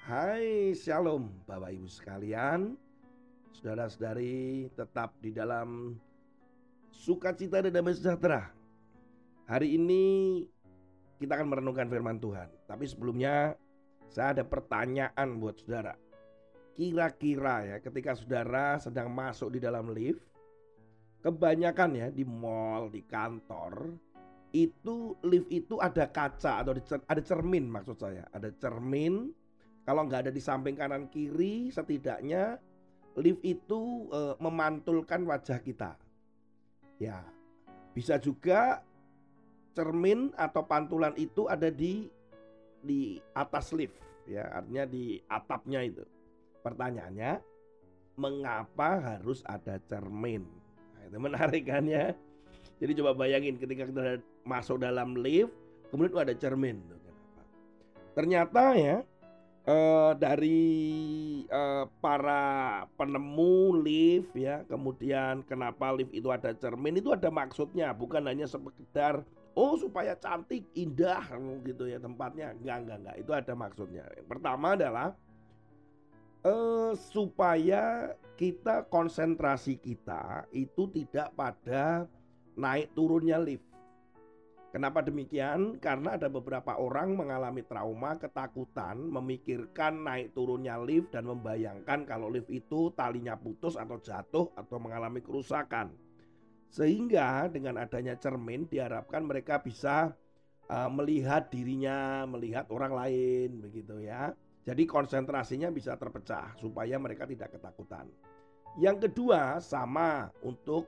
Hai, Shalom Bapak Ibu sekalian, saudara-saudari tetap di dalam sukacita dan damai sejahtera. Hari ini kita akan merenungkan firman Tuhan. Tapi sebelumnya saya ada pertanyaan buat saudara. Kira-kira ya ketika saudara sedang masuk di dalam lift, kebanyakan ya di mall, di kantor, itu lift itu ada kaca atau ada cermin, maksud saya. Ada cermin, kalau nggak ada di samping kanan kiri setidaknya lift itu memantulkan wajah kita. Ya, bisa juga cermin atau pantulan itu ada di atas lift ya, artinya di atapnya itu. Pertanyaannya, mengapa harus ada cermin? Nah, itu menarik kan ya. Jadi coba bayangin ketika kita masuk dalam lift, kemudian itu ada cermin. Kenapa? Ternyata ya dari para penemu lift ya, kemudian kenapa lift itu ada cermin, itu ada maksudnya, bukan hanya sekedar supaya cantik, indah gitu ya tempatnya. Enggak, itu ada maksudnya. Yang pertama adalah supaya kita konsentrasi kita itu tidak pada naik turunnya lift. Kenapa demikian? Karena ada beberapa orang mengalami trauma, ketakutan, memikirkan naik turunnya lift dan membayangkan kalau lift itu talinya putus atau jatuh atau mengalami kerusakan. Sehingga dengan adanya cermin diharapkan mereka bisa melihat dirinya, melihat orang lain begitu ya. Jadi konsentrasinya bisa terpecah supaya mereka tidak ketakutan. Yang kedua sama untuk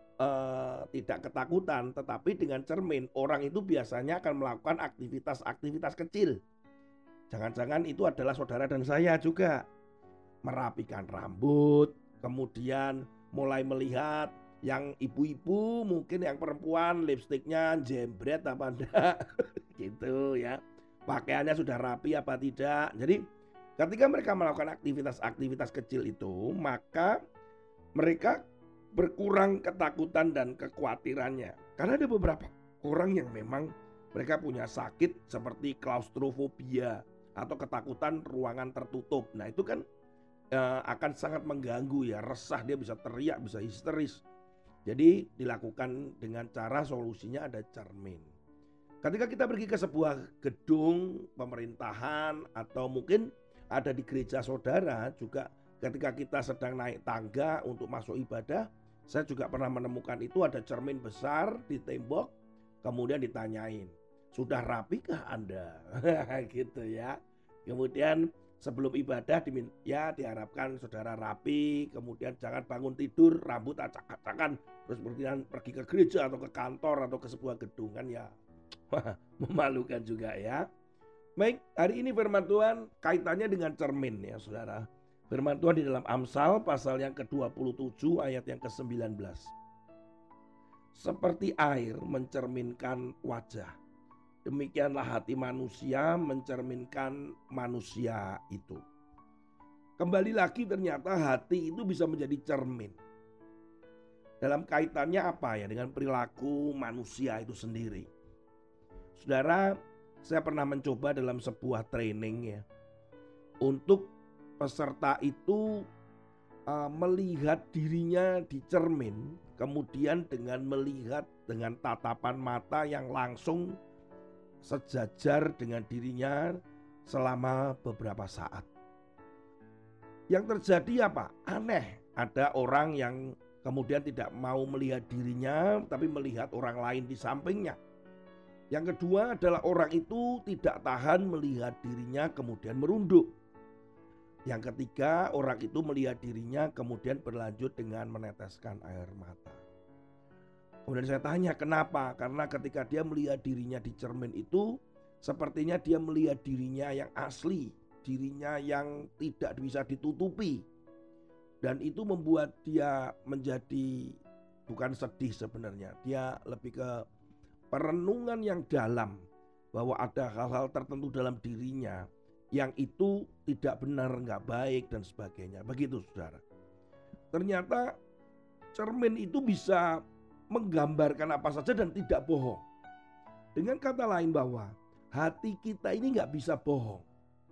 tidak ketakutan, tetapi dengan cermin orang itu biasanya akan melakukan aktivitas-aktivitas kecil. Jangan-jangan itu adalah saudara dan saya juga. Merapikan rambut, kemudian mulai melihat yang ibu-ibu, mungkin yang perempuan lipstiknya jembret apa enggak gitu ya. Pakaiannya sudah rapi apa tidak. Jadi ketika mereka melakukan aktivitas-aktivitas kecil itu, maka mereka berkurang ketakutan dan kekhawatirannya. Karena ada beberapa orang yang memang mereka punya sakit seperti klaustrofobia atau ketakutan ruangan tertutup. Nah itu kan akan sangat mengganggu ya, resah, dia bisa teriak, bisa histeris. Jadi dilakukan dengan cara solusinya ada cermin. Ketika kita pergi ke sebuah gedung pemerintahan atau mungkin ada di gereja saudara juga, ketika kita sedang naik tangga untuk masuk ibadah, saya juga pernah menemukan itu ada cermin besar di tembok, kemudian ditanyain, sudah rapikah Anda? Gitu ya. Kemudian sebelum ibadah ya diharapkan saudara rapi, kemudian jangan bangun tidur rambut acak-acakan terus kemudian pergi ke gereja atau ke kantor atau ke sebuah gedung kan ya. Memalukan juga ya. Baik, hari ini firman Tuhan kaitannya dengan cermin ya saudara. Firman Tuhan di dalam Amsal pasal yang ke-27 ayat yang ke-19. Seperti air mencerminkan wajah, demikianlah hati manusia mencerminkan manusia itu. Kembali lagi ternyata hati itu bisa menjadi cermin. Dalam kaitannya apa ya? Dengan perilaku manusia itu sendiri. Saudara, saya pernah mencoba dalam sebuah training ya, untuk peserta itu melihat dirinya di cermin, kemudian dengan melihat dengan tatapan mata yang langsung sejajar dengan dirinya selama beberapa saat. Yang terjadi apa? Aneh, ada orang yang kemudian tidak mau melihat dirinya tapi melihat orang lain di sampingnya. Yang kedua adalah orang itu tidak tahan melihat dirinya kemudian merunduk. Yang ketiga, orang itu melihat dirinya kemudian berlanjut dengan meneteskan air mata. Kemudian saya tanya kenapa? Karena ketika dia melihat dirinya di cermin itu, sepertinya dia melihat dirinya yang asli, dirinya yang tidak bisa ditutupi. Dan itu membuat dia menjadi bukan sedih sebenarnya, dia lebih ke perenungan yang dalam bahwa ada hal-hal tertentu dalam dirinya yang itu tidak benar, nggak baik dan sebagainya. Begitu saudara. Ternyata cermin itu bisa menggambarkan apa saja dan tidak bohong. Dengan kata lain bahwa hati kita ini nggak bisa bohong.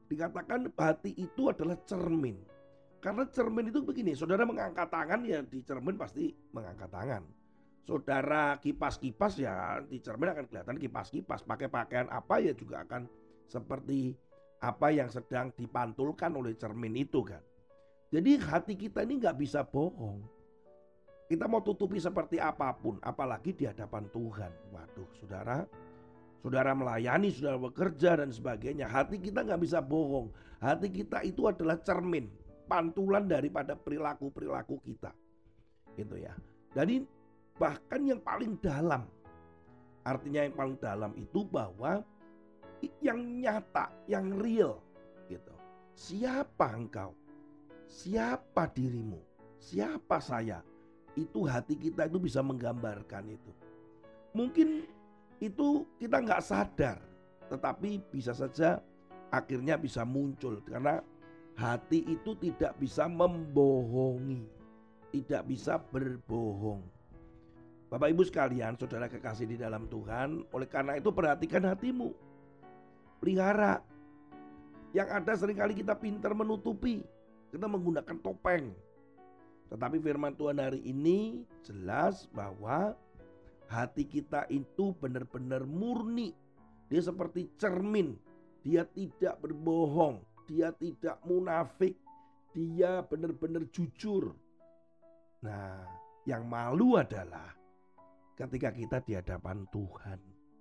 Dikatakan hati itu adalah cermin. Karena cermin itu begini, saudara mengangkat tangan ya di cermin pasti mengangkat tangan. Saudara kipas-kipas ya di cermin akan kelihatan kipas-kipas. Pakai pakaian apa ya juga akan seperti apa yang sedang dipantulkan oleh cermin itu kan. Jadi hati kita ini nggak bisa bohong. Kita mau tutupi seperti apapun, apalagi di hadapan Tuhan. Waduh, saudara melayani, saudara bekerja dan sebagainya. Hati kita nggak bisa bohong. Hati kita itu adalah cermin, pantulan daripada perilaku-perilaku kita. Gitu ya. Jadi bahkan yang paling dalam, artinya yang paling dalam itu bahwa yang nyata, yang real gitu. Siapa engkau? Siapa dirimu? Siapa saya? Itu hati kita itu bisa menggambarkan itu. Mungkin itu kita nggak sadar, tetapi bisa saja akhirnya bisa muncul karena hati itu tidak bisa membohongi, tidak bisa berbohong. Bapak Ibu sekalian, saudara kekasih di dalam Tuhan, oleh karena itu perhatikan hatimu, pelihara. Yang ada seringkali kita pintar menutupi, kita menggunakan topeng. Tetapi firman Tuhan hari ini jelas bahwa hati kita itu benar-benar murni. Dia seperti cermin. Dia tidak berbohong. Dia tidak munafik. Dia benar-benar jujur. Nah, yang malu adalah ketika kita di hadapan Tuhan.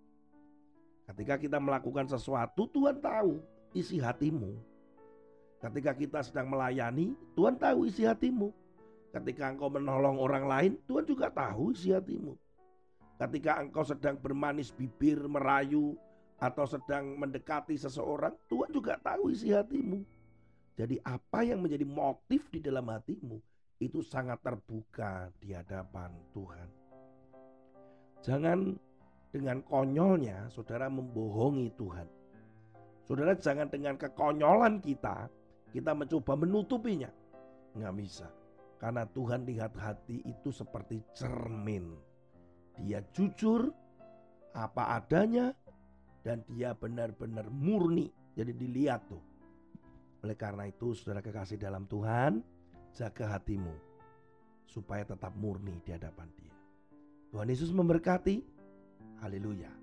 Ketika kita melakukan sesuatu, Tuhan tahu isi hatimu. Ketika kita sedang melayani, Tuhan tahu isi hatimu. Ketika engkau menolong orang lain, Tuhan juga tahu isi hatimu. Ketika engkau sedang bermanis bibir, merayu, atau sedang mendekati seseorang, Tuhan juga tahu isi hatimu. Jadi apa yang menjadi motif di dalam hatimu, itu sangat terbuka di hadapan Tuhan. Jangan dengan konyolnya saudara membohongi Tuhan. Saudara jangan dengan kekonyolan kita mencoba menutupinya. Nggak bisa. Karena Tuhan lihat hati itu seperti cermin. Dia jujur apa adanya dan dia benar-benar murni. Jadi dilihat tuh. Oleh karena itu saudara kekasih dalam Tuhan, jaga hatimu supaya tetap murni di hadapan Dia. Tuhan Yesus memberkati. Haleluya.